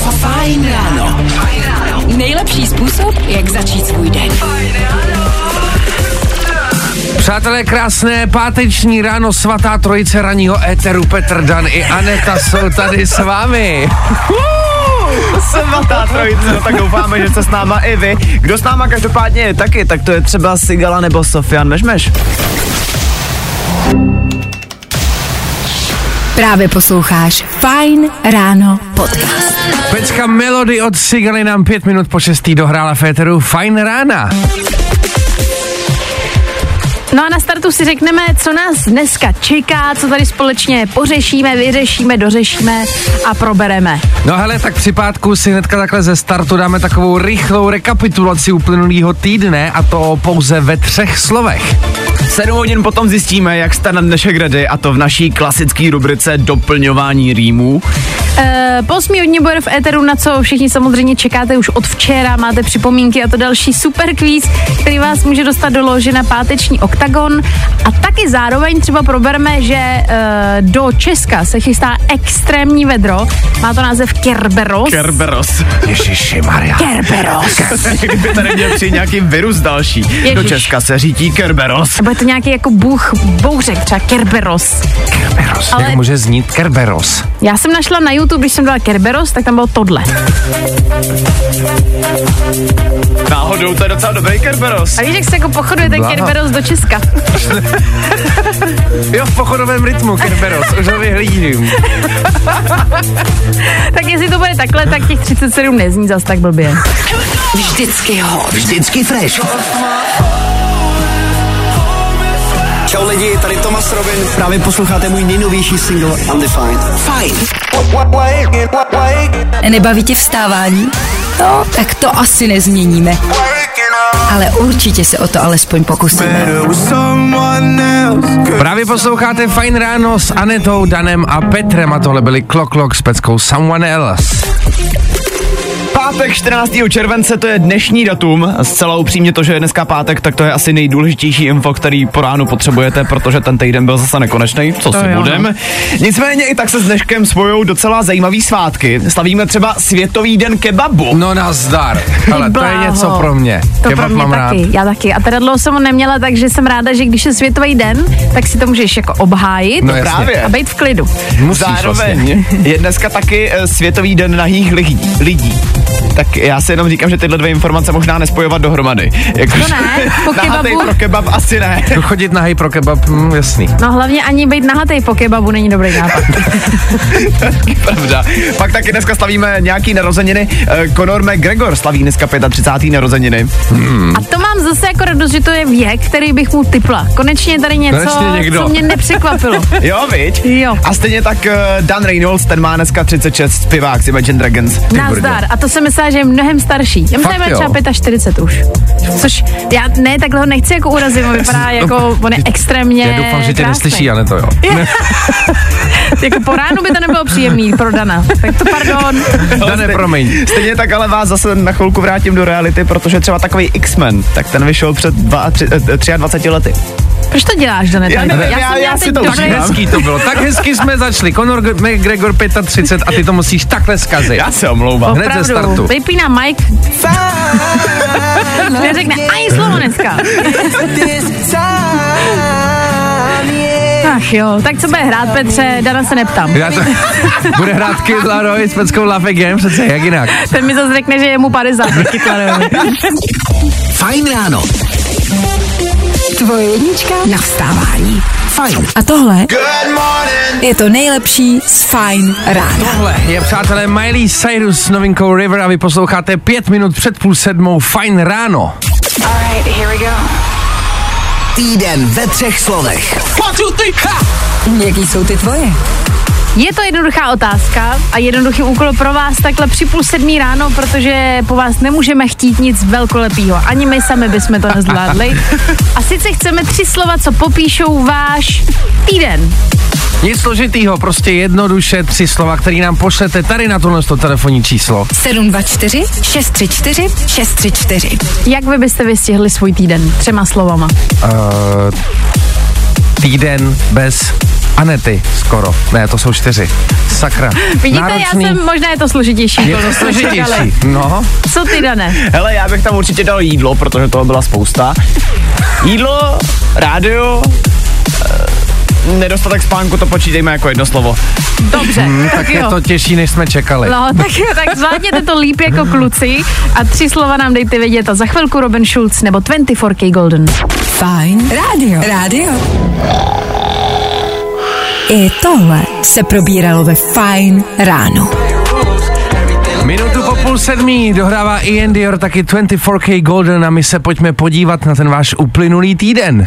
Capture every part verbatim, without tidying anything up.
Fajn ráno. Nejlepší způsob, jak začít svůj den. Přátelé, krásné páteční ráno, svatá trojice ranního éteru, Petr, Dan i Aneta jsou tady s vámi. Svatá trojice, no tak doufáme, že se s náma i vy. Kdo s náma každopádně je taky, tak to je třeba Sigala nebo Sofian Mežmeš. Právě posloucháš Fajn ráno podcast. Pecka Melody od Sigaly nám pět minut po šestý dohrála v éteru Fajn rána. No a na startu si řekneme, co nás dneska čeká, co tady společně pořešíme, vyřešíme, dořešíme a probereme. No hele, tak při pátku si hnedka takhle ze startu dáme takovou rychlou rekapitulaci uplynulého týdne, a to pouze ve třech slovech. Sedm hodin potom zjistíme, jak jste na dnešek ready, a to v naší klasické rubrice doplňování rýmů. E, po osmí hodině bude v éteru, na co všichni samozřejmě čekáte už od včera, máte připomínky a to další super kvíz, který vás může dostat do lože na páteční oktagon. A taky zároveň třeba probereme, že e, do Česka se chystá extrémní vedro, má to název Kerberos. Kerberos. Ježišimarja. Kerberos. Kdyby tady měl přijít nějaký virus další. Ježiš. Do Česka se řítí Kerberos. A bude to nějaký jako bůh bouřek, třeba Kerberos. Kerberos, Ale jak může znít Kerberos? Já jsem našla na YouTube, když jsem dala Kerberos, tak tam bylo tohle. Náhodou, to je docela dobrý Kerberos. A víš, jak se jako pochoduje ten Kerberos do Česka? Jo, v pochodovém rytmu Kerberos, už ho vyhlídím. Tak jestli to bude takhle, tak těch třicet sedm nezní zas tak blbě. Vždycky hot. Vždycky fresh. Čau lidi, tady Tomas Robin. Právě posloucháte můj nejnovější single Undefined. Fajn. Nebaví tě vstávání? No, tak to asi nezměníme. Ale určitě se o to alespoň pokusíme. Právě posloucháte Fajn ráno s Anetou, Danem a Petrem, a tohle byli Klok Klok s peckou Someone Else. Pátek čtrnáctého července, to je dnešní datum. Zcela upřímně to, že je dneska pátek, tak to je asi nejdůležitější info, který po ránu potřebujete, protože ten týden byl zase nekonečný, co to si jo, budem. no. Nicméně i tak se s dneškem spojou docela zajímavý svátky. Slavíme třeba Světový den kebabu. No nazdar, ale to je Bláho. něco pro mě. To Kebab pro mě mám taky, rád. já taky. A teda dlouho jsem ho neměla, takže jsem ráda, že když je Světový den, tak si to můžeš jako obhájit No jasně. Právě. a být v klidu. Musíš Zároveň vlastně. je dneska taky eh, Světový den nahých lidí. lidí. Tak já si jenom říkám, že tyhle dvě informace možná nespojovat dohromady. Jako, To ne, po nahatej kebabu. pro kebab asi ne. Jako chodit nahej pro kebab, hm, jasný. No hlavně ani být nahatej po kebabu není dobrý nápad. Pravda. Pak taky dneska slavíme nějaký narozeniny. Eh, Conor McGregor slaví dneska třicáté pátý narozeniny. Hmm. A to mám zase jako radost, že to je věk, který bych mu tipla. Konečně tady něco, Konečně někdo. co mě nepřekvapilo. Jo, viď? Jo. A stejně tak uh, Dan Reynolds, ten má dneska třicet šest, zpěvák z Imagine Dragons. Nazdar. A to se myslela, že je mnohem starší. Já myslím, Fakt že jo. třeba čtyřicet pět už. Což já ne, takhle ho nechci jako urazit, on vypadá jako, on je extrémně Já doufám, že tě krásný. neslyší, ale to jo. Jako po ránu by to nebylo příjemný pro Dana. Tak to pardon. Dane, promiň. Stejně tak ale vás zase na chvilku vrátím do reality, protože třeba takový X-Men, tak ten vyšel před dvaceti lety. Proč to děláš, Dane? Já nevím, já, já- jsem já měla si teď to Tak dobrý- užívám. hezký to bylo, tak hezky jsme začali. Conor McGregor třicet pět a ty to musíš takhle zkazit. Já se omlouvám. Hned ze startu. Vypíná Mike. Neřekne ani slovo dneska. Ach jo, tak co bude hrát, Petře? Dana se neptám. Já to, bude hrát Kid Laroi s peckou Love Again, přece jak jinak. Ten mi zase řekne, že je mu padesát. Fajn ráno. Tvoje jednička na vstávání. Fajn. A tohle je to nejlepší z Fajn rána. Tohle je, přátelé, Miley Cyrus s novinkou River a vy posloucháte pět minut před půl sedmou Fajn ráno. Týden ve třech slovech. Jaký jsou ty tvoje? Je to jednoduchá otázka a jednoduchý úkol pro vás takhle při půl sedmí ráno, protože po vás nemůžeme chtít nic velkolepýho. Ani my sami bychom to nezvládli. A sice chceme tři slova, co popíšou váš týden. Nic složitýho, prostě jednoduše tři slova, který nám pošlete tady na tohle telefonní číslo. sedm dva čtyři šest tři čtyři šest tři čtyři. Jak vy byste vystihli svůj týden? Třema slovama. Uh, týden bez Anety skoro. Ne, to jsou čtyři. Sakra. Vidíte, Náročný. já jsem, možná je to složitější. Je to složitější. No. Co ty, Dane? Hele, já bych tam určitě dal jídlo, protože toho byla spousta. Jídlo, rádio, e, nedostatek spánku, to počítejme jako jedno slovo. Dobře, Hmm, tak, tak je jo. to těžší, než jsme čekali. No, tak jo, tak zvládněte to líp jako kluci a tři slova nám dejte vědět a za chvilku Robin Schulz nebo dvacet čtyři K Golden. Fajn rádio. Rádio. I tohle se probíralo ve Fajn ráno. Minutu po půl sedmí dohrává Ian Dior taky dvacet čtyři K Golden a my se pojďme podívat na ten váš uplynulý týden.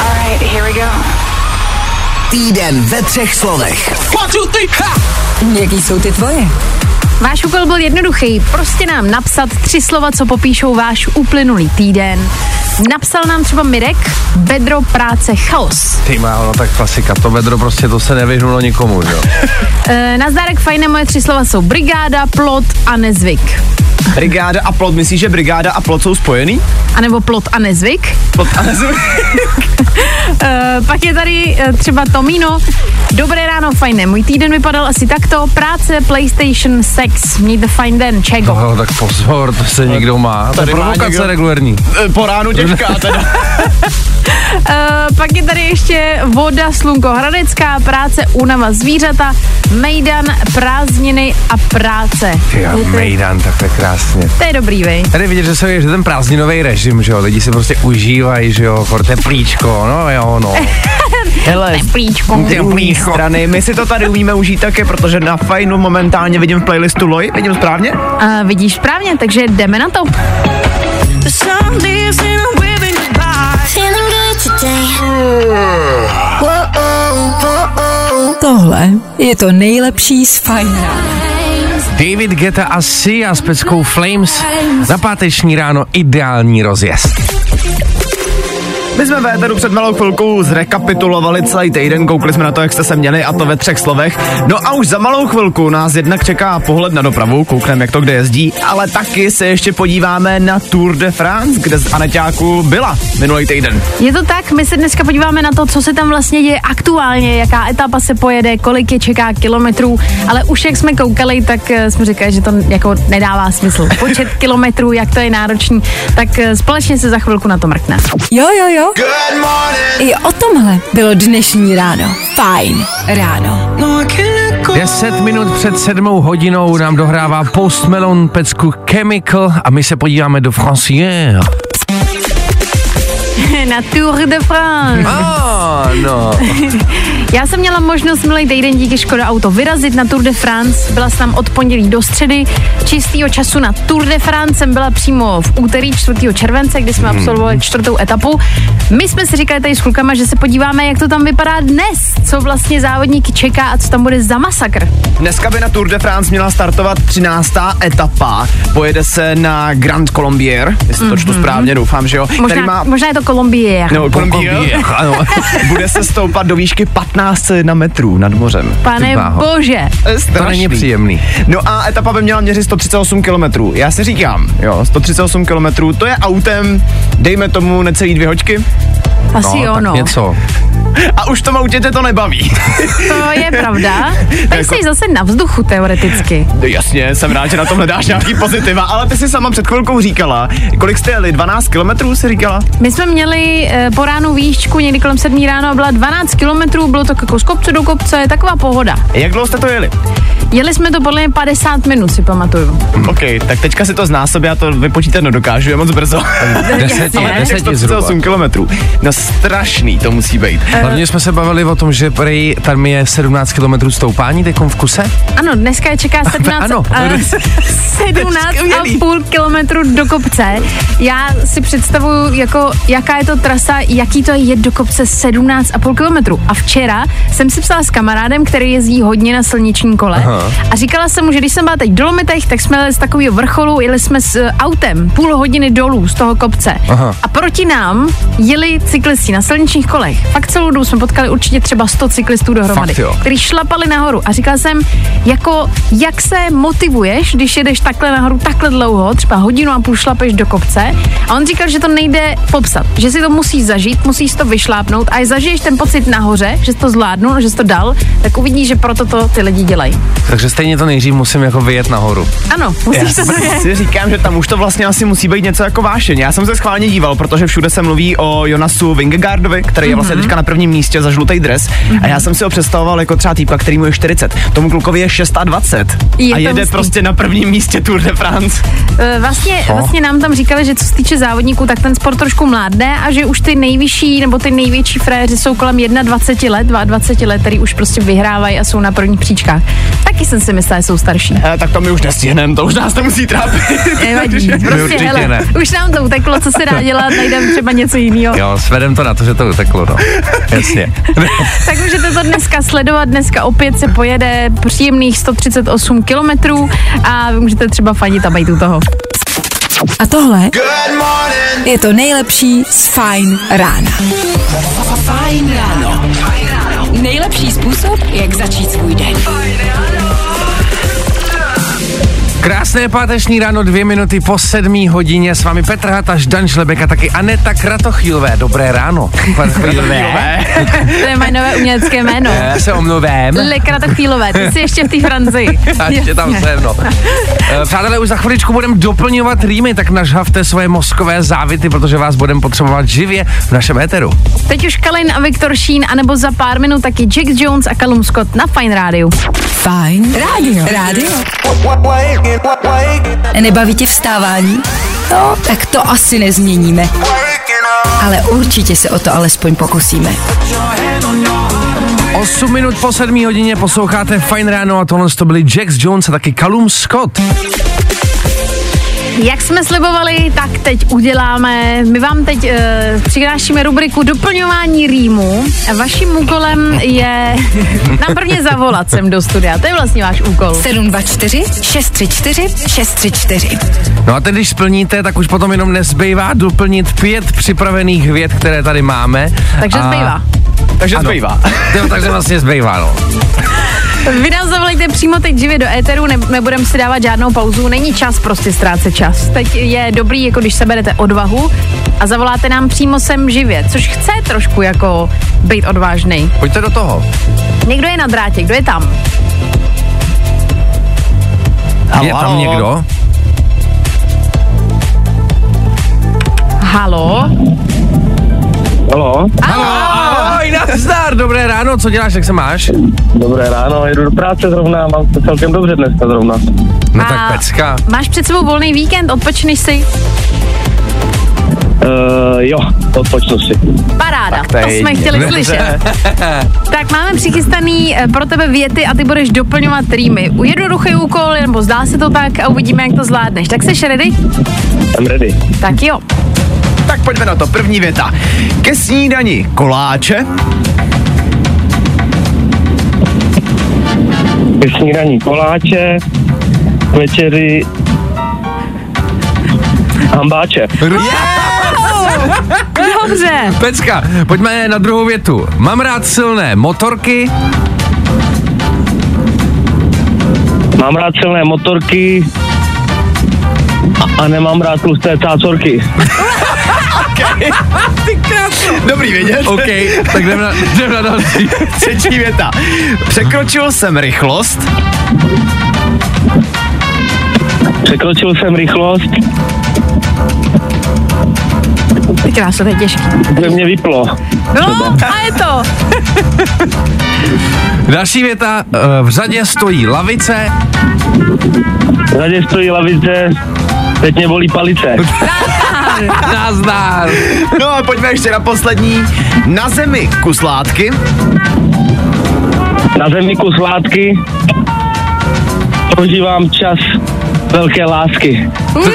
Týden ve třech slovech. Jaký jsou ty tvoje? Váš úkol byl jednoduchý, prostě nám napsat tři slova, co popíšou váš uplynulý týden. Napsal nám třeba Mirek, bedro, práce, chaos. Ty má, no tak klasika, to vedro prostě to se nevyhnulo nikomu, jo. E, nazdárek, fajné, moje tři slova jsou brigáda, plot a nezvyk. Brigáda a plot, myslíš, že brigáda a plot jsou spojený? A nebo plot a nezvyk. Plot a nezvyk. e, pak je tady e, třeba Tomino. Dobré ráno, fajné, můj týden vypadal asi takto. Práce, PlayStation, sex. Mějte fajn den, čego. No, tak pozor, to se někdo má. To je Tady má provokace někdo- regulérní. E, Po ránu těžká teda. Uh, pak je tady ještě voda, slunko, hradecká, práce, únava, zvířata, mejdan, prázdniny a práce. Jo, Je to- mejdan, takhle krásně. To je dobrý, vej. Tady vidět, že se je že ten prázdninový režim, že jo, lidi si prostě užívají, že jo, chor teplíčko, no jo, no. Hele, Teplíčko. z druhé strany, my si to tady umíme užít taky, protože na Fajnu momentálně vidím v playlistu Loj, vidím správně? Uh, vidíš správně, takže jdeme na to. Tohle je to nejlepší z Fajn rána. David Guetta a Sia s peckou Flames. Na páteční ráno ideální rozjezd. My jsme v éteru před malou chvilkou zrekapitulovali celý týden, koukli jsme na to, jak jste se měli, a to ve třech slovech. No a už za malou chvilku nás jednak čeká pohled na dopravu, koukneme, jak to kde jezdí, ale taky se ještě podíváme na Tour de France, kde z Aneťáku byla minulý týden. Je to tak, my se dneska podíváme na to, co se tam vlastně děje aktuálně, jaká etapa se pojede, kolik je čeká kilometrů, ale už jak jsme koukali, tak eh, jsme říkali, že to jako nedává smysl. Počet kilometrů, jak to je náročný, tak eh, společně se za chvilku na to mrkne. Jo, jo, jo. I o tomhle bylo dnešní ráno. Fajn ráno. Deset minut před sedmou hodinou nám dohrává Post Malone pecku Chemical a my se podíváme do Francière. Na Tour de France. Ano. Já jsem měla možnost minulý týden díky Škoda Auto vyrazit na Tour de France. Byla jsem tam od pondělí do středy. Čistýho času na Tour de France jsem byla přímo v úterý čtvrtého července, kdy jsme absolvovali čtvrtou etapu. My jsme si říkali tady s klukama, že se podíváme, jak to tam vypadá dnes, co vlastně závodníky čeká a co tam bude za masakr. Dneska by na Tour de France měla startovat třináctá etapa. Pojede se na Grand Colombier, jestli to čtu správně, doufám, že jo. Možná, Který má... možná je to Colombier. No, Colombier. Ano. Bude se stoupat do výšky patnáct set jedna metrů nad mořem. Pane Ty bláho. bože. To není příjemný. No a etapa by měla měřit sto třicet osm kilometrů. Já si říkám, jo, sto třicet osm kilometrů, to je autem, dejme tomu necelý dvě hoďky. Asi No, jo, tak no. něco. A už v tom autě tě to nebaví. To je pravda. Tak Jako- jsi zase na vzduchu teoreticky. No jasně, jsem rád, že na tom hledáš nějaký pozitiva, ale ty si sama před chvilkou říkala, kolik jste jeli, dvanáct kilometrů si říkala? My jsme měli e, po ránu výšku někdy kolem sedmý ráno a byla dvanáct kilometrů, bylo to jako z kopce do kopce, taková pohoda. Jak dlouho jste to jeli? Jeli jsme to podle mě padesát minut, si pamatuju. OK, tak teďka si to znásobí, já to vypočítat nedokážu, je moc brzo. Deseti, Jasně. deseti sto třicet zhruba. osm kilometrů. No strašný to musí být. Hlavně jsme se bavili o tom, že prej tam je sedmnáct kilometrů stoupání teďkom v kuse. Ano, dneska je čeká sedmnáct, Ano. eh, sedmnáct a půl kilometru do kopce. Já si představuju, jako, jaká je to trasa, jaký to je jet do kopce sedmnáct a půl kilometru. A včera jsem si psala s kamarádem, který jezdí hodně na silničním kole. Aha. A říkala jsem mu, že když jsem byla teď v Dolomitech, tak jsme jeli z takového vrcholu, jeli jsme s eh, autem půl hodiny dolů z toho kopce. Aha. A proti nám jeli cyklisti na silničních kolech. Fakt celou dobu jsme potkali určitě třeba sto cyklistů dohromady, kteří šlapali nahoru. A říkal jsem, jako jak se motivuješ, když jedeš takhle nahoru takhle dlouho, třeba hodinu a půl šlapeš do kopce. A on říkal, že to nejde popsat, že si to musíš zažít, musíš to vyšlápnout a až zažiješ ten pocit nahoře, že jsi to zvládnul, že jsi to dal, tak uvidíš, že proto to ty lidi dělají. Takže stejně to nejdřív musím jako vyjet nahoru. Ano, musíš Já to zajet. si říkám, že tam už to vlastně asi musí být něco jako vášeň. Já jsem se schválně díval, protože všude se mluví o Jonasu Vingegaardovi, který je vlastně teďka na prvním místě za žlutý dres. A já jsem si ho představoval jako třeba týpka, který mu je čtyřicet. Tomu klukovi je dvacet šest Je a to jede hustý. prostě na prvním místě Tour de France. E, Vlastně, vlastně nám tam říkali, že co se týče závodníků, tak ten sport trošku mládne a že už ty nejvyšší nebo ty největší frajeři jsou kolem dvacet jedna let, dvacet dva let, který už prostě vyhrávají a jsou na prvních příčkách. Taky jsem si myslela, že jsou starší. E, tak to my už nestihneme, to už nás nemusí trápit. Nevadí, My prostě určitě hele, ne. už nám to uteklo, co se dá dělat, najdeme třeba něco jiného. Jo, svedem to na to, že to uteklo, no. Jasně. Tak můžete to dneska sledovat, dneska opět se pojede příjemných sto třicet osm kilometrů a vy můžete třeba fandit a být u toho. A tohle je to nejlepší z Fajn rána. Fajn ráno. Nejlepší způsob, jak začít svůj den. Krásné páteční ráno, dvě minuty po sedmý hodině. S vámi Petr Hataš, Dan Žlebek a taky Aneta Kratochvílová. Dobré ráno. Kratochvílové. To je moje nové umělecké jméno. Já se omluvím. Le Kratochvílové, ty jsi ještě v té Francii. A ještě tam jsem, no. Eh, Přátelé, už za chviličku budeme doplňovat rýmy, tak nažhavte svoje mozkové závity, protože vás budeme potřebovat živě v našem éteru. Teď už Kalin a Viktor Šín, anebo za pár minut taky Jack Jones a Callum Scott na Fajn rádiu. Fajn rádio. Rádio. Nebaví tě vstávání? No, tak to asi nezměníme. Ale určitě se o to alespoň pokusíme. osm minut po sedmý hodině posloucháte Fajn ráno a tohle to byli Jack Jones a taky Callum Scott. Jak jsme slibovali, tak teď uděláme. My vám teď uh, přinášíme rubriku doplňování rýmu. A vaším úkolem je nám prvně zavolat sem do studia. To je vlastně váš úkol. sedm dva čtyři šest tři čtyři šest tři čtyři. No a teď, když splníte, tak už potom jenom nezbývá doplnit pět připravených vět, které tady máme. Takže a... zbývá. Takže Ano. zbývá. Jo, takže vlastně zbývá, no. Vy nás zavolejte přímo teď živě do éteru, ne, nebudeme si dávat žádnou pauzu, není čas prostě ztrácet čas. Teď je dobrý, jako když seberete odvahu a zavoláte nám přímo sem živě, což chce trošku jako být odvážnej. Pojďte do toho. Někdo je na drátě, kdo je tam? Halo, Je tam halo. někdo? Halo? Halo, Halo, ahoj, nazdar, dobré ráno, co děláš, jak se máš? dobré ráno, jedu do práce zrovna, mám to celkem dobře dneska zrovna. No A tak pecka. Máš před sebou volný víkend, odpočneš si? Uh, jo, odpočnu si. Paráda, Tak to, to je jsme jedině. chtěli Dobře. slyšet. Tak máme přichystaný eh, pro tebe věty a ty budeš doplňovat rýmy. Jednoduchý úkol, nebo zdá se to tak a uvidíme, jak to zvládneš. Tak seš ready? Jsem ready. Tak jo. Tak pojďme na to, první věta. Ke snídani koláče, Ke snídaní koláče, k večeři hambáče. Dobře. Pecka, pojďme na druhou větu. Mám rád silné motorky. Mám rád silné motorky a, a nemám rád tlusté cácorky. dobrý vědět. OK, tak jdeme na, jdeme na další. Třetí věta. Překročil jsem rychlost, Překročil jsem rychlost, Ty kráso, to je těžký. kde mě vyplo. No, a je to. Další věta. eh, V řadě stojí lavice. V řadě stojí lavice, teď mě bolí palice. Nazdar. no a pojďme ještě na poslední. Na zemi kus látky, Na zemi kus látky prožívám čas velké lásky.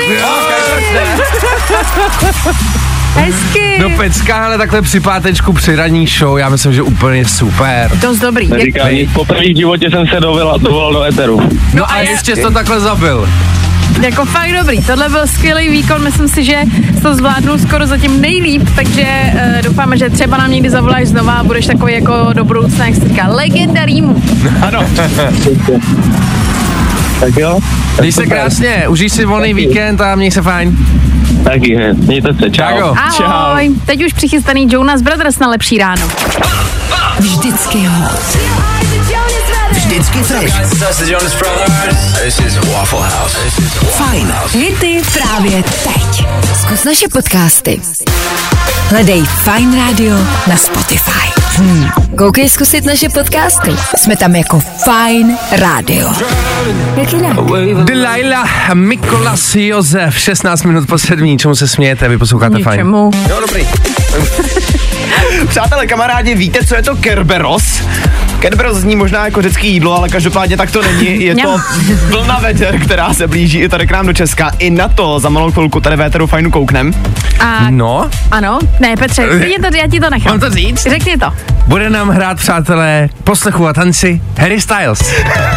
Hezky. No pecka, ale takhle při pátečku při ranní show, já myslím, že úplně super. Dost dobrý. Jak, Neříkám nic, poprvé v životě jsem se dovolal, dovolal do éteru. No a ještě jsi to takhle zabil. Jako fakt dobrý, tohle byl skvělý výkon, myslím si, že to zvládnu skoro zatím nejlíp, takže uh, doufáme, že třeba nám někdy zavoláš znova a budeš takový jako do budoucna, jak se říká, legenda Rýmu. Ano. Tak jo. Měj se krásně, užij si volný víkend a měj se fajn. Taky, mějte se, čau. Čau. Ahoj, Čau. teď už přichystaný Jonas Brothers na Lepší ráno. Vždycky hot. Vždycky fresh. That's the Jonas Brothers. This is Waffle House. Fajn. Hity právě teď. Zkus naše podcasty. Hledej Fajn Radio na Spotify. Hmm. Koukej zkusit naše podcasty. Jsme tam jako Fajn Radio. Jak jinak? Delilah, Mikolas, Josef, šestnáct minut po sedmí, čemu se smějete, vy posloucháte Fajn. Ničemu. Jo, dobrý. Přátelé, kamarádi, víte, co je to Kerberos? Kerberos zní možná jako řecký jídlo, ale každopádně tak to není. Je to vlna veter, která se blíží i tady k nám do Česka. I na to za malou chvilku tady véteru Fajnu kouknem. A No, ano, ne Petře, klidně to, já ti to nechám. mám to říct? Řekni to. Bude nám hrát, přátelé, poslechu a tanci Harry Styles.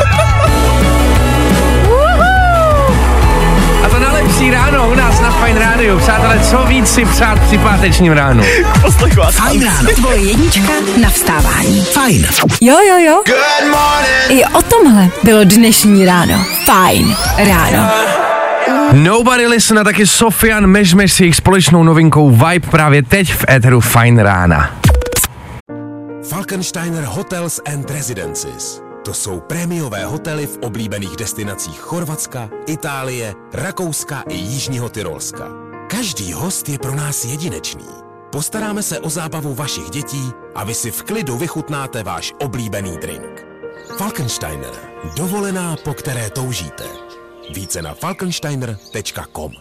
A to na Lepší ráno u nás na Fajn rádiu. Přátelé, co víc si přát při pátečním ránu? Poslechu a Fajn ráno. Tvoje jednička na vstávání. Fajn. Jo, jo, jo. Good morning. I o tomhle bylo dnešní ráno. Fajn ráno. Nobody Listen a taky Sofian Mežmeš s jejich společnou novinkou Vibe právě teď v éteru Fajn rána. Falkensteiner Hotels and Residences. To jsou prémiové hotely v oblíbených destinacích Chorvatska, Itálie, Rakouska i Jižního Tyrolska. Každý host je pro nás jedinečný. Postaráme se o zábavu vašich dětí a vy si v klidu vychutnáte váš oblíbený drink. Falkensteiner. Dovolená, po které toužíte. Více na falkensteiner tečka com.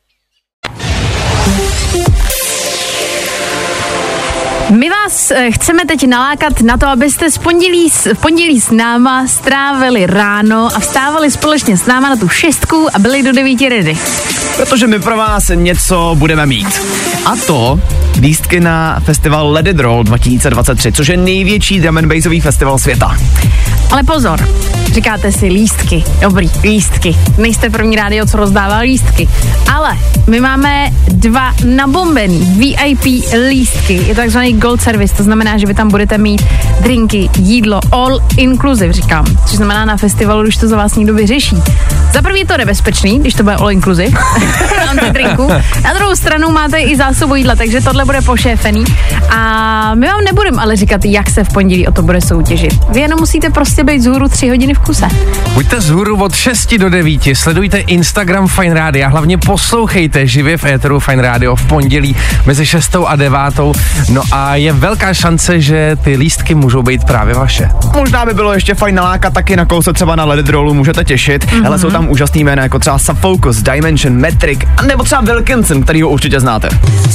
My vás e, chceme teď nalákat na to, abyste z pondělí, v pondělí s náma strávili ráno a vstávali společně s náma na tu šestku a byli do devíti ready. Protože my pro vás něco budeme mít. A to lístky na festival Let It Roll dva tisíce dvacet tři, což je největší drum and bassový festival světa. Ale pozor, říkáte si lístky, dobrý, lístky. Nejste první rádio, co rozdává lístky. Ale my máme dva nabombený V I P lístky. Je to takzvaný gold service, to znamená, že vy tam budete mít drinky, jídlo, all inclusive, říkám. Což znamená na festivalu, když to za vás někdo vyřeší. Za první je to nebezpečný, když to bude all inclusive, drinku. Na druhou stranu máte i zásobu jídla, takže tohle bude pošéfený. A my vám nebudeme ale říkat, jak se v pondělí o to bude soutěžit. Vy jenom musíte prostě být vzhůru tři hodiny v kuse. Buďte vzhůru od šesti do devíti, sledujte Instagram Fajn Rádia, hlavně poslouchejte živě v éteru Fajn Radio v pondělí mezi šestou a devátou. No a je velká šance, že ty lístky můžou být právě vaše. Možná by bylo ještě fajn nalákat taky na kousek třeba na Let It Rollu, můžete těšit, mm-hmm. ale jsou tam úžasný jména jako třeba Subfocus, Dimension, Metric, a nebo třeba Wilkinson, který ho určitě znáte.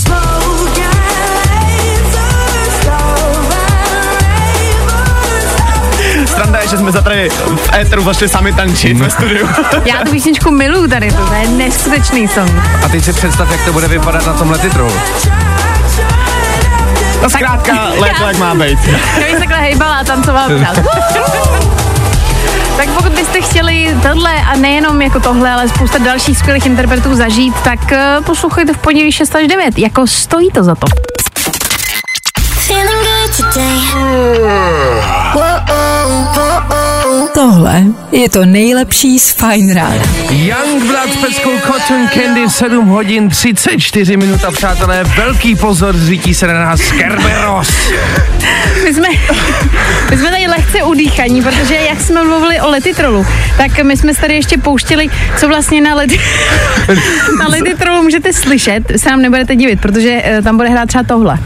Sranda je, že jsme za tady v éteru začali sami tančit ve studiu. Já tu písničku miluju tady, to je neskutečný song. A teď si představ, jak to bude vypadat na tom Let It Roll. No zkrátka, léto jak má být. Já bych takhle hejbala a tancovala pořád. Tak pokud byste chtěli tohle a nejenom jako tohle, ale spousta dalších skvělých interpretů zažít, tak uh, poslouchejte v pondělí šest až devět. Jako stojí to za to. Tohle je to nejlepší z Fajn rána. Youngblood s peckou Cotton Candy, sedm hodin třicet čtyři minut a přátelé, velký pozor, řítí se na nás Kerberos. My jsme, my jsme tady lehce udýchaní, protože jak jsme mluvili o Let It Rollu, tak my jsme tady ještě pouštěli, co vlastně na Let, na Let It Rollu můžete slyšet, se nám nebudete divit, protože uh, tam bude hrát třeba tohle.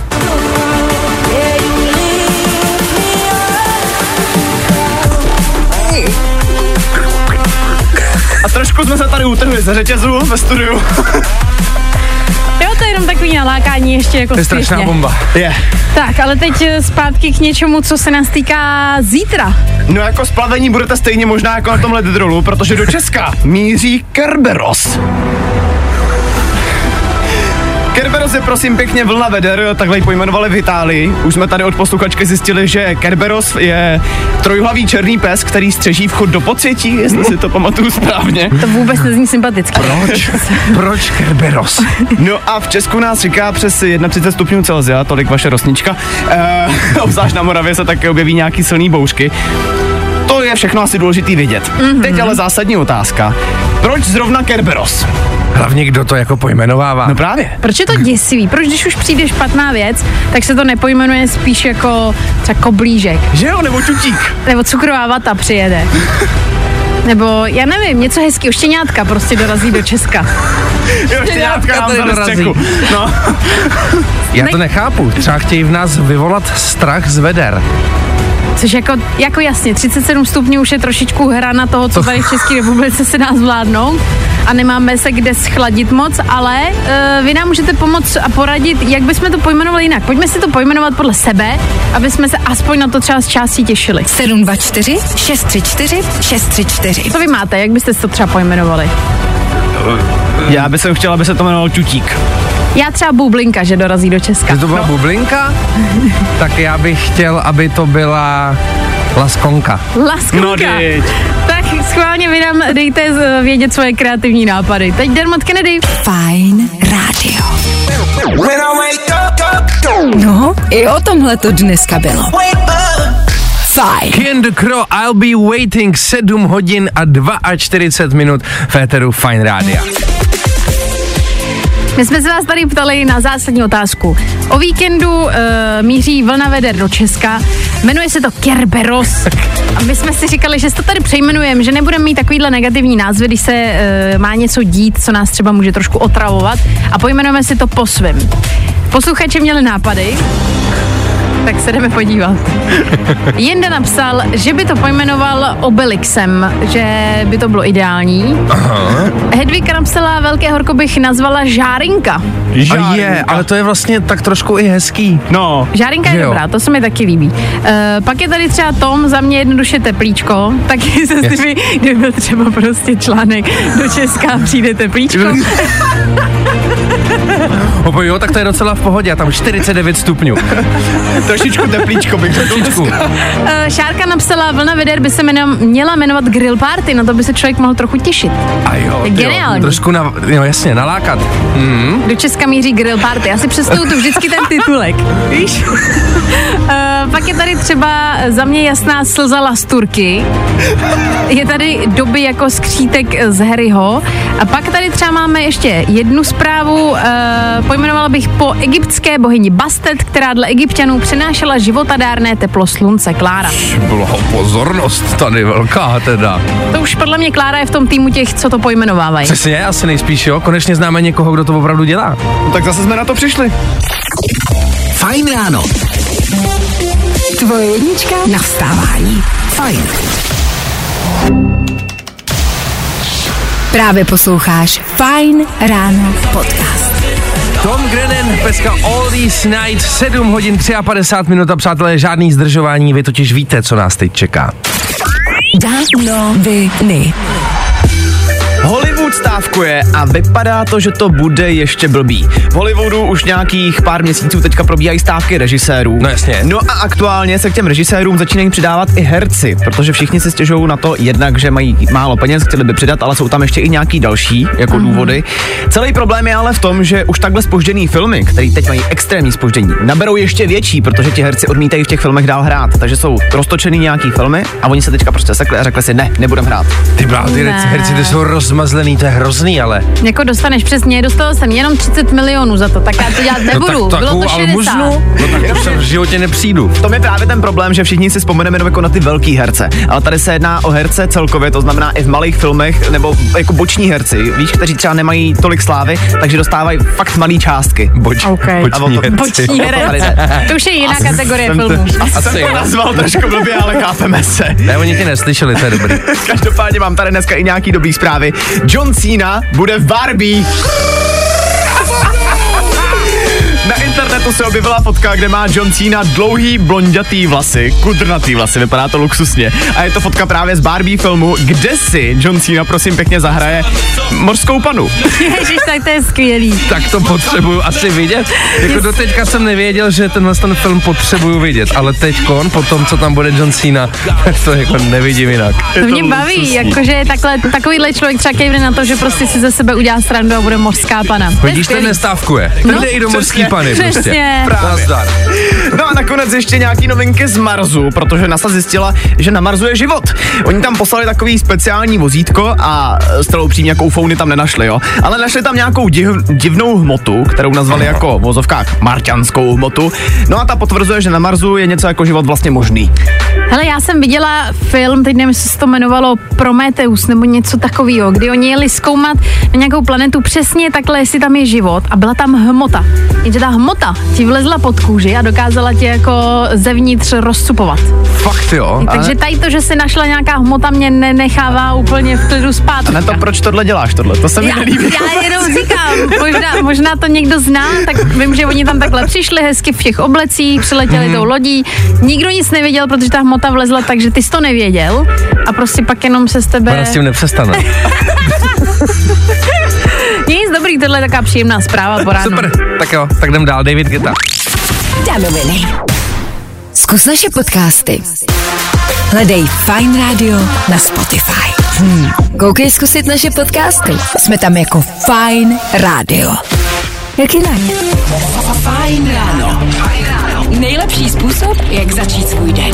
A trošku jsme se tady utrhli ze řetězu ve studiu. Jo, to je jenom takový nalákání ještě jako To je zpěšně. strašná bomba. Je. Yeah. Tak, ale teď zpátky k něčemu, co se nás týká zítra. No jako splavení budete stejně možná jako na tom Let It Rollu, protože do Česka míří Kerberos. Kerberos je prosím pěkně vlna veder, takhle ji pojmenovali v Itálii. Už jsme tady od posluchačky zjistili, že Kerberos je trojhlavý černý pes, který střeží vchod do podsvětí, jestli si to pamatuju správně. To vůbec nezní sympaticky. Proč? Proč Kerberos? No a v Česku nás říká přes třicet jedna stupňů Celsia, tolik vaše rosnička. E, obzvlášť na Moravě se také objeví nějaký silný bouřky. To je všechno asi důležitý vidět. Mm-hmm. Teď ale zásadní otázka. Proč zrovna Kerberos? Hlavně kdo to jako pojmenovává? No právě. Proč je to děsivý? Proč když už přijde špatná věc, tak se to nepojmenuje spíš jako třeba koblížek? Že jo, nebo čutík. Nebo cukrová vata přijede. Nebo, já nevím, něco hezkého, štěňátka prostě dorazí do Česka. Jo, štěňátka nám tady dorazí. No. Já to nechápu. Třeba chtějí v nás vyvolat strach z veder. Což jako, jako jasně, třicet sedm stupňů už je trošičku hra na toho, co tady v České republice se dá zvládnout a nemáme se kde schladit moc, ale uh, vy nám můžete pomoct a poradit, jak bychom to pojmenovali jinak. Pojďme si to pojmenovat podle sebe, aby jsme se aspoň na to třeba z částí těšili. sedm dva čtyři šest tři čtyři šest tři čtyři. Co vy máte, jak byste si to třeba pojmenovali? Já bych chtěla, aby se to jmenoval čutík. Já třeba bublinka, že dorazí do Česka. Že to byla no. bublinka? Tak já bych chtěl, aby to byla laskonka. Laskonka. No, děť. Tak schválně vy nám dejte vědět svoje kreativní nápady. Teď Dermot Kennedy. Fajn rádio. No, i o tomhle to dneska bylo. Fajn. Ken the Crow, I'll be waiting, sedm hodin a čtyřicet dva minut v éteru Fajn rádia. My jsme se vás tady ptali na zásadní otázku. O víkendu uh, míří vlna veder do Česka, jmenuje se to Kerberos. A my jsme si říkali, že se to tady přejmenujeme, že nebudeme mít takovýhle negativní názvy, když se uh, má něco dít, co nás třeba může trošku otravovat, a pojmenujeme si to po svém. Posluchači měli nápady, tak se jdeme podívat. Jenda napsal, že by to pojmenoval Obelixem, že by to bylo ideální. Aha. Hedvika napsala, velké horko bych nazvala Žárinka. Žárinka. A je, ale to je vlastně tak trošku i hezký. No. Žárinka je dobrá, to se mi taky líbí. Uh, pak je tady třeba Tom, za mě jednoduše Teplíčko, taky se s těmi, kdyby byl třeba prostě článek do Česka přijde Teplíčko. Opo, jo, tak to je docela v pohodě, a tam čtyřicet devět stupňů. Trošičku teplíčko bych Trošičku. Uh, Šárka napsala, vlna veder by se jmenom, měla jmenovat Grill Party, na to by se člověk mohl trochu těšit. A jo, je geniální. Jo, trošku na, jo, jasně, nalákat. Mm. Do Česka míří Grill Party, já si představuju tu vždycky ten titulek, víš? uh, pak je tady třeba za mě jasná slza Lasturky. Je tady doby jako skřítek z Harryho. A pak tady třeba máme ještě jednu zprávu, uh, pojmenovala bych po egyptské bohyni Bastet, která dle Egypťanů přenášela životadárné teplo slunce. Klára. Byla pozornost tady velká teda. To už podle mě Klára je v tom týmu těch, co to pojmenovávají. Přesně, asi nejspíš, jo. Konečně známe někoho, kdo to opravdu dělá. No, tak zase jsme na to přišli. Fajn ráno. Tvoje jednička na vstávání. Fajn. Právě posloucháš Fajn ráno podcast. Tom Grennan, peska All These Nights, sedm hodin padesát tři minut a přátelé, žádný zdržování, vy totiž víte, co nás teď čeká. Danoviny. Hollywood stávkuje a vypadá to, že to bude ještě blbý. V Hollywoodu už nějakých pár měsíců teďka probíhají stávky režisérů. No jasně. No a aktuálně se k těm režisérům začínají přidávat i herci, protože všichni si stěžují na to jednak, že mají málo peněz, chtěli by přidat, ale jsou tam ještě i nějaký další jako mm. důvody. Celý problém je ale v tom, že už takhle zpožděný filmy, které teď mají extrémní zpoždění, naberou ještě větší, protože ti herci odmítají v těch filmech dál hrát. Takže jsou roztočený nějaký filmy a oni se teďka prostě sekli a řekli si ne, nebudem hrát. Ty blá, ty ne. herci ty jsou rozmazlený, to je hrozný, ale. Jako dostaneš přesně, dostal jsem jenom třicet milionů za to, tak já to dělat nebudu. No tak, Bylo to šedesát. No tak to jsem v životě nepřijdu. To je právě ten problém, že všichni si vzpomeneme jenom jako na ty velký herce, ale tady se jedná o herce celkově, to znamená i v malých filmech nebo jako boční herci, víš, kteří třeba nemají tolik slávy, takže dostávají fakt malý částky. Boč, okay. Boční herci. Boční herci. To už je jiná asi kategorie filmů. Asi, asi jsem to nazval trošku blbě, ale chápeme se. Ne, oni tě neslyšeli, to je dobrý. Každopádně mám tady dneska i nějaký dobrý zprávy. John Cena bude v Barbie. Na internet internetu se objevila fotka, kde má John Cena dlouhý blondětý vlasy, kudrnatý vlasy, vypadá to luxusně. A je to fotka právě z Barbie filmu, kde si John Cena prosím pěkně zahraje mořskou panu. Ježiš, tak to je skvělý. Tak to potřebuju asi vidět. Jako doteďka jsem nevěděl, že tenhle ten film potřebuju vidět, ale teďkon, po tom, co tam bude John Cena, tak to jako nevidím jinak. To mě baví, jakože takhle, takovýhle člověk třeba kejvne na to, že prostě si ze sebe udělá srandu a bude mořská pana. Vidíš, ten nestávkuje. Ten No, jde i do mořský pany přesně. prostě. Právě. No a nakonec ještě nějaký novinky z Marsu, protože NASA zjistila, že na Marsu je život. Oni tam poslali takový speciální vozítko a zcela upřímně jako ufouny tam nenašli, jo. Ale našli tam nějakou div, divnou hmotu, kterou nazvali jako v vozovkách marťanskou hmotu. No a ta potvrzuje, že na Marsu je něco jako život vlastně možný. Hele, já jsem viděla film, teď nevím, jestli se to jmenovalo Prometheus nebo něco takového, kdy oni jeli zkoumat na nějakou planetu přesně takhle, jestli tam je život a byla tam hmota. Jenže ta hmota ti vlezla pod kůži a dokázala tě jako zevnitř rozcupovat. Fakt jo. Takže tady to, že se našla nějaká hmota, mě nenechává úplně v klidu spát. A ne to, proč tohle děláš, tohle, to se mi Já, nelíbí. já jenom říkám, možná, možná to někdo zná, tak vím, že oni tam takhle přišli hezky v těch oblecích, přiletěli mm. tou lodí, nikdo nic nevěděl, protože ta hmota vlezla, takže ty jsi to nevěděl a prostě pak jenom se s tebe... Ona s tím nepřestane. Nic, dobrý, tohle je taková příjemná zpráva po ránu. Super, tak jo, tak jdem dál, David Guetta. Danoviny. Zkus naše podcasty. Hledej Fine Radio na Spotify. Hmm. Koukej zkusit naše podcasty. Jsme tam jako Fine Radio. Jak jinak? Fajn ráno. Nejlepší způsob, jak začít svůj den.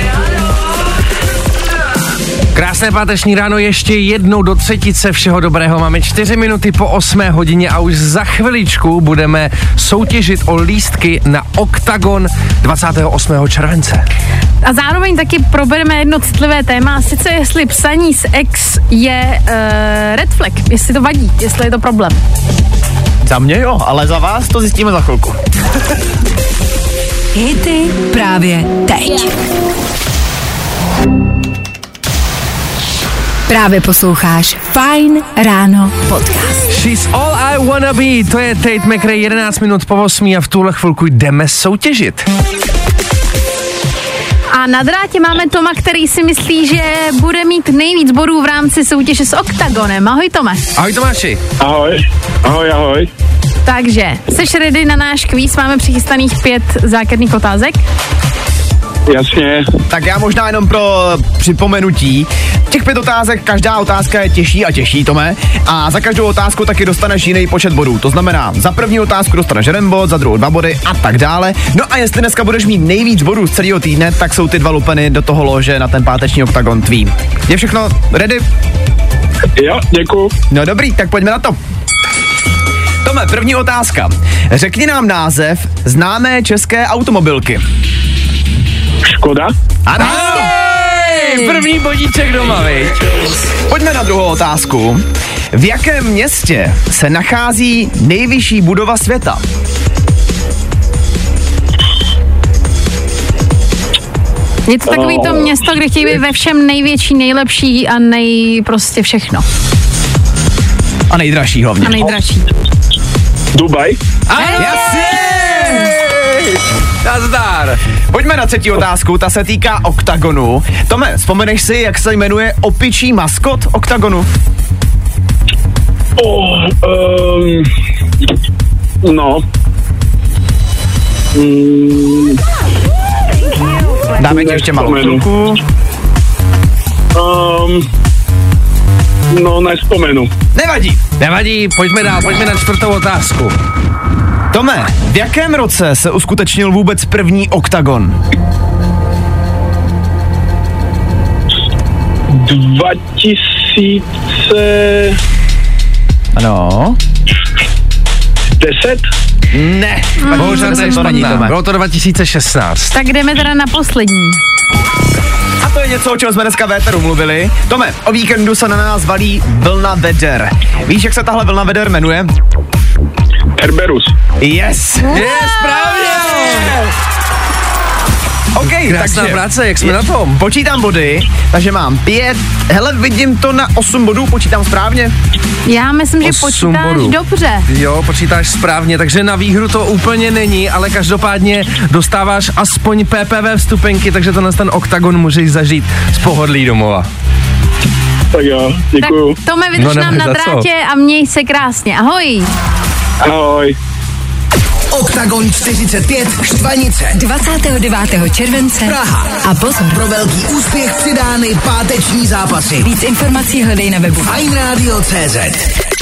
Krásné páteční ráno, ještě jednou do třetice všeho dobrého. Máme čtyři minuty po osmé hodině a už za chviličku budeme soutěžit o lístky na Oktagon dvacátého osmého července. A zároveň taky probereme jedno citlivé téma, sice jestli psaní s ex je uh, red flag, jestli to vadí, jestli je to problém. Za mě jo, ale za vás to zjistíme za chvilku. Hity právě teď. Právě posloucháš Fajn ráno podcast. She's all I wanna be, to je Tate McRae, jedenáct minut po osmé a v tuhle chvilku jdeme soutěžit. A na drátě máme Toma, který si myslí, že bude mít nejvíc bodů v rámci soutěže s Oktagonem. Ahoj, Tome. Ahoj, Tomáši. Ahoj, ahoj, ahoj. Takže, seš ready na náš kvíz? Máme přichystaných pět zákerných otázek. Jasně. Tak já možná jenom pro připomenutí. Těch pět otázek, každá otázka je těžší a těžší, Tome. A za každou otázku taky dostaneš jiný počet bodů. To znamená, za první otázku dostaneš jeden bod, za druhou dva body a tak dále. No a jestli dneska budeš mít nejvíc bodů z celého týdne, tak jsou ty dva lupeny do toho lože na ten páteční Oktagon tvý. Je všechno ready? Jo, děkuju. No dobrý, tak pojďme na to. Tome, první otázka. Řekni nám název známé české automobilky. Škoda. Ano! První bodíček doma, viď? Pojďme na druhou otázku. V jakém městě se nachází nejvyšší budova světa? Je to takový to město, kde chtějí být ve všem největší, nejlepší a nej prostě všechno. A nejdražší hlavně. A nejdražší. Dubaj. A jasně! Nazdar. Pojďme na třetí otázku, ta se týká Oktagonu. Tome, vzpomeneš si, jak se jmenuje opičí maskot Oktagonu? Oh, um, no. Mm, Dáme ti ještě malou chvilku. Um, no, nespomenu. Nevadí. Nevadí, pojďme dál, pojďme na čtvrtou otázku. Tome, v jakém roce se uskutečnil vůbec první Oktagon? dva tisíce Ano. deset? Ne. Bohužel to je to není, špatná. Tome. Bylo to dva tisíce šestnáct. Tak jdeme teda na poslední. A to je něco, o čem jsme dneska v éteru mluvili. Tome, o víkendu se na nás valí vlna veder. Víš, jak se tahle vlna veder jmenuje? Cerberus. Yes. Je, správně. OK, Krásná takže práce, jak jsme na tom? Počítám body, takže mám pět, hele, vidím to na osm bodů, počítám správně? Já myslím, že Osm počítáš bodů. dobře. Jo, počítáš správně, takže na výhru to úplně není, ale každopádně dostáváš aspoň P P V vstupenky, takže to na ten oktagon můžeš zažít z pohodlí domova. Tak jo, děkuju. Tak Tome, vydrž No, nám na za co? drátě a měj se krásně. Ahoj. Ahoj. Oktagon čtyřicet pět Štvanice. dvacátého devátého července Praha. A pozor, Pro velký úspěch přidány páteční zápasy. víc informací hledej na webu. Fajn Radio tečka cé zet.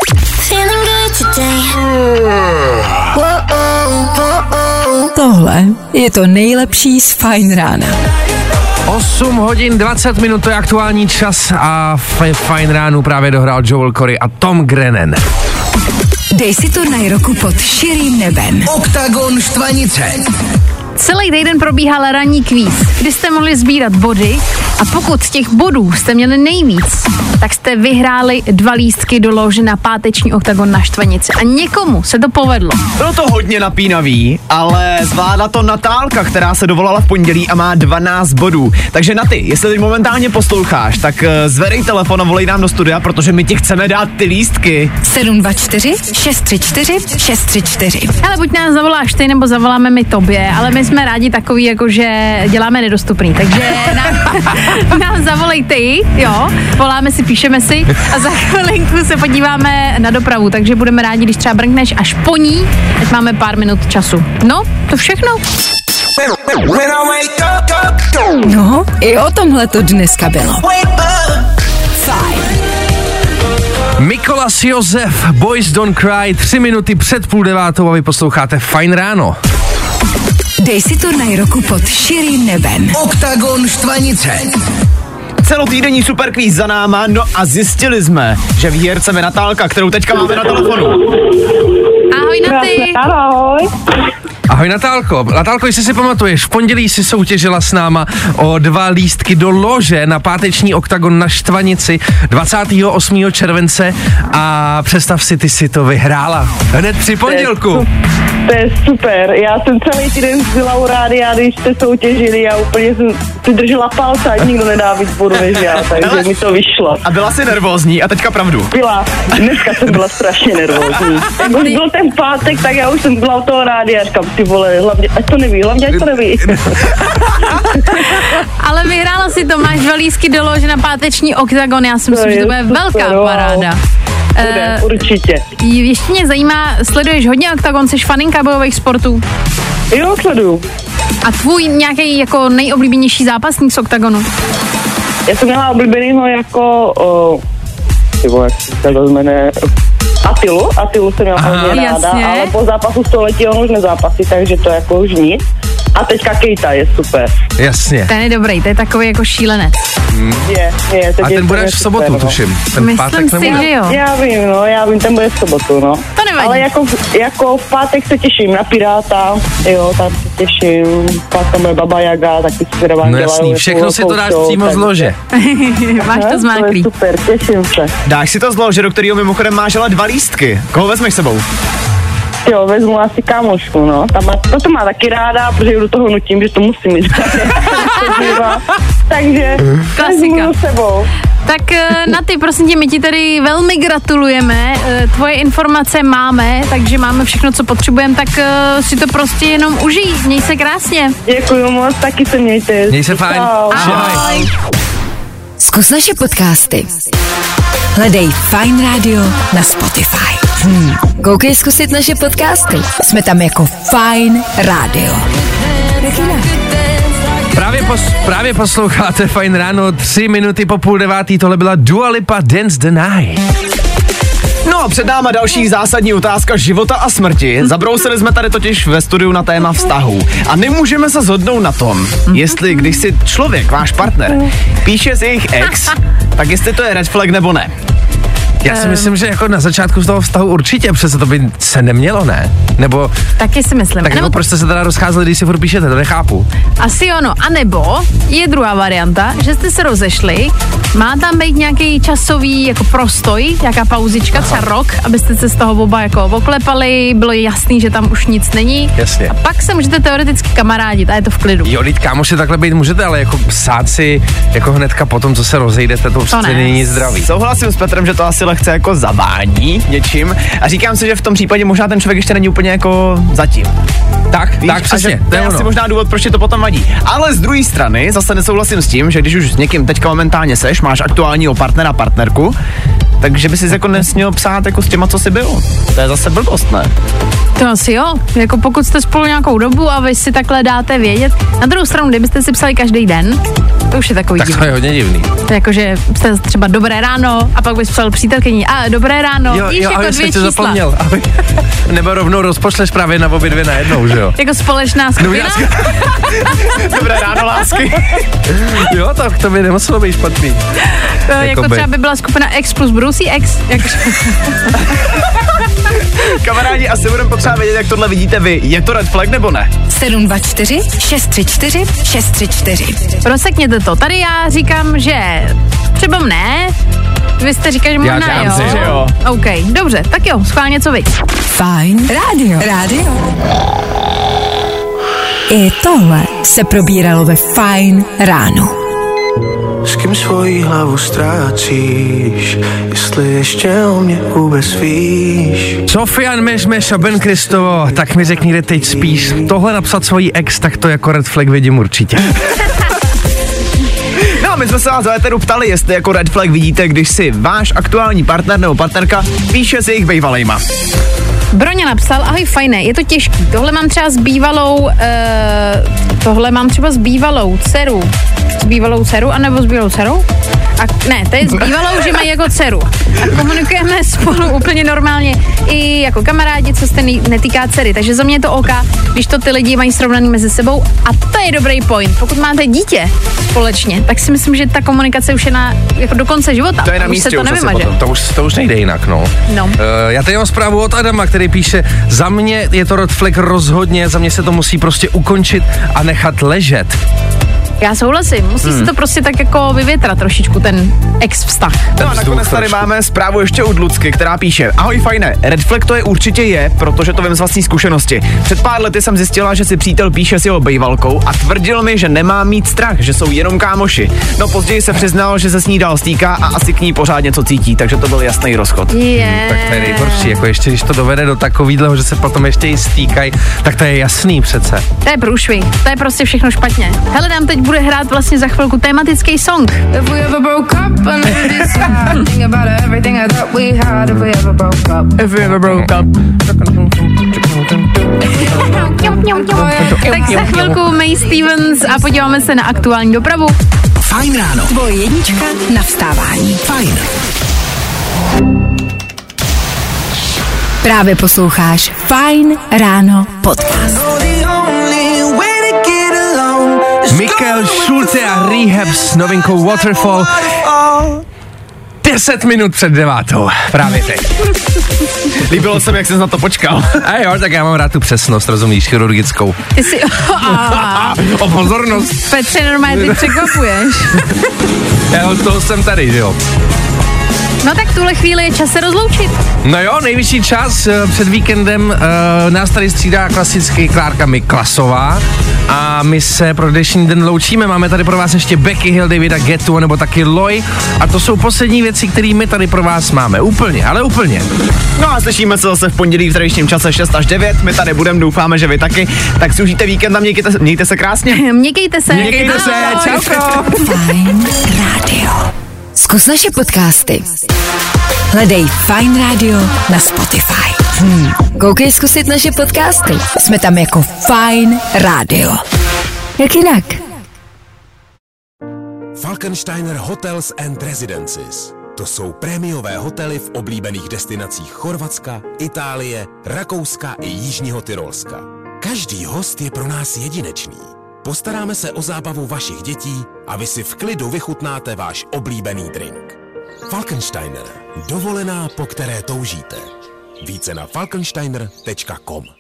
Tohle je to nejlepší z Fajn rána. osm hodin dvacet minut, to je aktuální čas a v Fajn ránu právě dohrál Joel Corey a Tom Grennan. Dej si turnaj roku pod širým nebem. Oktagon Štvanice. Celý týden probíhal ranní kvíz, kdy jste mohli sbírat body a pokud z těch bodů jste měli nejvíc, tak jste vyhráli dva lístky do lože na páteční oktagon na Štvanici. A někomu se to povedlo. Bylo to hodně napínavý, ale zvládla to Natálka, která se dovolala v pondělí a má dvanáct bodů. Takže na ty, jestli teď momentálně posloucháš, tak uh, zvedej telefon a volej nám do studia, protože my ti chceme dát ty lístky. sedm dva čtyři šest tři čtyři šest tři čtyři. Ale buď nás zavoláš ty, nebo zavoláme my tobě, ale my jsme rádi takový, jako že děláme nedostupný, takže nám, nám zavolej ty, jo, voláme si, píšeme si a za chvilinku se podíváme na dopravu, takže budeme rádi, když třeba brnkneš až po ní, ať máme pár minut času. No, to všechno. No, i o tomhle to dneska bylo. Fajn. Mikolas Josef, Boys Don't Cry, tři minuty před půl devátou a vy posloucháte Fajn ráno. Dej si turnaj roku pod širým nebem. Oktagon Štvanice. Celotýdenní superkvíz za náma, no a zjistili jsme, že výhercem je Natálka, kterou teďka máme na telefonu. Ahoj na ty. Ahoj. Ahoj Natálko. Natálko, jestli si pamatuješ, v pondělí si soutěžila s náma o dva lístky do lože na páteční oktagon na Štvanici dvacátého osmého července a představ si, ty si to vyhrála. Hned při pondělku. To je super. Já jsem celý týden byla u rádia, když jste soutěžili a úplně jsem si držela palce, ať nikdo nedá víc bodu než já, takže Ale- mi to vyšlo. A byla jsi nervózní a teďka pravdu. Byla. Dneska jsem byla strašně nervózní. Jak už byl ten pátek, tak já už jsem byla u toho rádia a říkám, ty vole, hlavně, ať to neví, hlavně ať to neví. Ale vyhrála si to, máš dva lístky do lože na páteční oktagon, já si myslím, To že je to bude super, velká wow. paráda. Bude, Eh, určitě. Ještě mě zajímá, sleduješ hodně oktagon, jsi faninka bojových sportů? Jo, sleduju. A tvůj nějaký jako nejoblíbenější zápasník z oktagonu? Já jsem měla oblíbenýho jako, o, tyvo, jak se to jmenuje, Atilu, Atilu jsem měla Aha. hodně ráda, Jasně. ale po zápasu století on už nezápasí, takže to jako už nic. A teďka Kejta je super. Jasně. Ten je dobrý, to je takový jako šílenec. Je, je, teď A je ten bude úplně až v sobotu, super, no. tuším. Ten Myslím pátek si, nebude. že jo. Já vím, no, já vím, ten bude v sobotu, no. To nevadí. Ale jako, jako v pátek se těším na Piráta, jo, tam se těším, pak tam bude Baba Jaga, taky si teda vám No dělají jasný, jako všechno si to dáš show, přímo z takže- lože. Máš to To je zmáklý. super, těším se. Dáš si to z lože, do kterého mimochodem máš ale dva lístky. Koho vezmeš sebou? Jo, vezmu asi kámošku, no. Ta má, to, to má taky ráda, protože ji do toho nutím, že to musím mít. Takže Klasika. vezmu s sebou. Tak eh, na ty, prosím tě, my ti tady velmi gratulujeme, eh, tvoje informace máme, takže máme všechno, co potřebujeme, tak eh, si to prostě jenom užij, měj se krásně. Děkuju moc, taky se mějte. Měj se fajn. Čau. Ahoj. Zkus naše podcasty. Hledej Fajn Radio na Spotify. Hmm. Koukej zkusit naše podcasty. Jsme tam jako Fajn Radio. Jak jinak? Právě, pos, právě posloucháte Fajn ráno, tři minuty po půl devátý, tohle byla Dua Lipa, Dance the Night. No a před náma další zásadní otázka života a smrti. Zabrousili jsme tady totiž ve studiu na téma vztahů. A nemůžeme se shodnout na tom, jestli když si člověk, váš partner, píše s jejich ex, tak jestli to je red flag nebo ne. Já si myslím, že jako na začátku z toho vztahu určitě, přece to by se nemělo, ne? Nebo... Taky si myslím. Tak jako proč jste se teda rozcházeli, když si furt píšete, to nechápu. Asi ono, anebo je druhá varianta, že jste se rozešli, má tam být nějaký časový jako prostoj, nějaká pauzička, třeba rok, abyste se z toho oba jako oklepali, bylo jasný, že tam už nic není. Jasně. A pak se můžete teoreticky kamarádit a je to v klidu. Jo, lid, kámoši, takhle být můžete, ale jako psát si jako hnedka potom, co se rozejdete, to prostě není nic zdravý. Souhlasím s Petrem, že to asi lehce jako zavání něčím a říkám si, že v tom případě možná ten člověk ještě není úplně jako zatím. Tak, Víš, tak přesně. To je asi možná důvod, proč ti to potom vadí. Ale z druhé strany zase nesouhlasím s tím, že když už s někým teďka momentálně seš, máš aktuálního partnera, partnerku, takže by si jako nesměl psát jako s těma, co jsi byl. To je zase blbost, ne? To asi jo, jako pokud jste spolu nějakou dobu a vy si takhle dáte vědět. Na druhou stranu, kdybyste si psali každý den, to už je takový tak divný. to je hodně divný. To je jako, že jste třeba dobré ráno a pak bys psal přítelkyni a dobré ráno, Jo, víš, jo, jako a dvě jsi čísla. zapomněl. Aby... Nebo rovnou rozpošleš právě na obě dvě najednou, že jo? Jako společná skupina. Dobré ráno, lásky. Jo, tak to by nemuselo být špatný. To jako Jakoby. třeba by byla skupina X plus Brucey X. Jako... Kamarádi, asi budeme potřeba vědět, jak tohle vidíte vy. Je to red flag nebo ne? sedm dva čtyři šest tři čtyři šest tři čtyři. Rozsekněte to. Tady já říkám, že třeba ne. Vy jste říkali, že možná říkám jo. si, že jo. OK, dobře, tak jo, schválně co vy. Fajn rádio. Rádio. I tohle se probíralo ve Fajn ráno. S kým svoji hlavu ztrácíš, jestli ještě o mě vůbec víš. Sofian Mešmeš a Ben Kristovo, tak mi řekni, kde teď spíš. Tohle napsat svojí ex, tak to jako red flag vidím určitě. No, my jsme se vás v éteru ptali, jestli jako red flag vidíte, když si váš aktuální partner nebo partnerka píše s jejich bejvalejma. Broňa napsal, ahoj fajné, je to těžký, tohle mám třeba s bývalou, uh, tohle mám třeba s bývalou dceru, s bývalou dceru, anebo s bývalou dcerou? A ne, to je s bývalou, že mají jako dceru. A komunikujeme spolu úplně normálně i jako kamarádi, co se netýká dcery. Takže za mě je to OK, když to ty lidi mají srovnaný mezi sebou. A to je dobrý point. Pokud máte dítě společně, tak si myslím, že ta komunikace už je na, jako do konce života. To je na už místě, se to už nevymaže. To už, to už nejde jinak, no. No. Uh, já tady mám zprávu od Adama, který píše, za mě je to red flag rozhodně, za mě se to musí prostě ukončit a nechat ležet. Já souhlasím, musí hmm. se to prostě tak jako vyvětrat trošičku ten ex vztah. No a nakonec tady máme zprávu ještě od Lucky, která píše: ahoj fajné, red flag to je určitě je, protože to vím z vlastní zkušenosti. Před pár lety jsem zjistila, že si přítel píše s jeho bejvalkou a tvrdil mi, že nemá mít strach, že jsou jenom kámoši. No později se přiznal, že se s ní dál stýká a asi k ní pořád něco cítí, takže to byl jasný rozchod. Yeah. Tak to je nejhorší, jako ještě když to dovede do takovýhleho, že se potom ještě i stýkají, tak to je jasný přece. To je průšvih, to je prostě všechno špatně. Hele, nám teď bude hrát vlastně za chvilku tematický song. If we ever broke up. Tak za chvilku May Stevens a podíváme se na aktuální dopravu. Fajn ráno. Tvoje jednička na vstávání. Fajn. Právě posloucháš Fajn ráno podcast. Michael Schulze a Rehab s novinkou Waterfall. Deset minut před devátou. Právě teď. Líbilo se mi, jak jsem na to počkal. A jo, tak já mám rád tu přesnost, rozumíš, chirurgickou. Ty si... O pozornost. Petře, normálně ty překvapuješ. Já od toho jsem tady, že jo. No tak tuhle chvíli je čas se rozloučit. No jo, nejvyšší čas. Před víkendem uh, nás tady střídá klasicky Klárka Miklasová a my se pro dnešní den loučíme. Máme tady pro vás ještě Becky Hill, Davida Guettu nebo taky Loy a to jsou poslední věci, které my tady pro vás máme. Úplně, ale úplně. No a slyšíme se zase v pondělí v tradičním čase šest až devět. My tady budeme, doufáme, že vy taky. Tak si užijte víkend a mějte, mějte se krásně. Měkejte se. Měkejte se, čauko. Fajn rádio. Zkus naše podcasty. Hledej Fajn rádio na Spotify. Hmm. Koukej zkusit naše podcasty. Jsme tam jako Fajn rádio. Jak jinak? Falkensteiner Hotels and Residences. To jsou prémiové hotely v oblíbených destinacích Chorvatska, Itálie, Rakouska i Jižního Tyrolska. Každý host je pro nás jedinečný. Postaráme se o zábavu vašich dětí a vy si v klidu vychutnáte váš oblíbený drink. Falkensteiner. Dovolená, po které toužíte. Více na falkensteiner tečka com.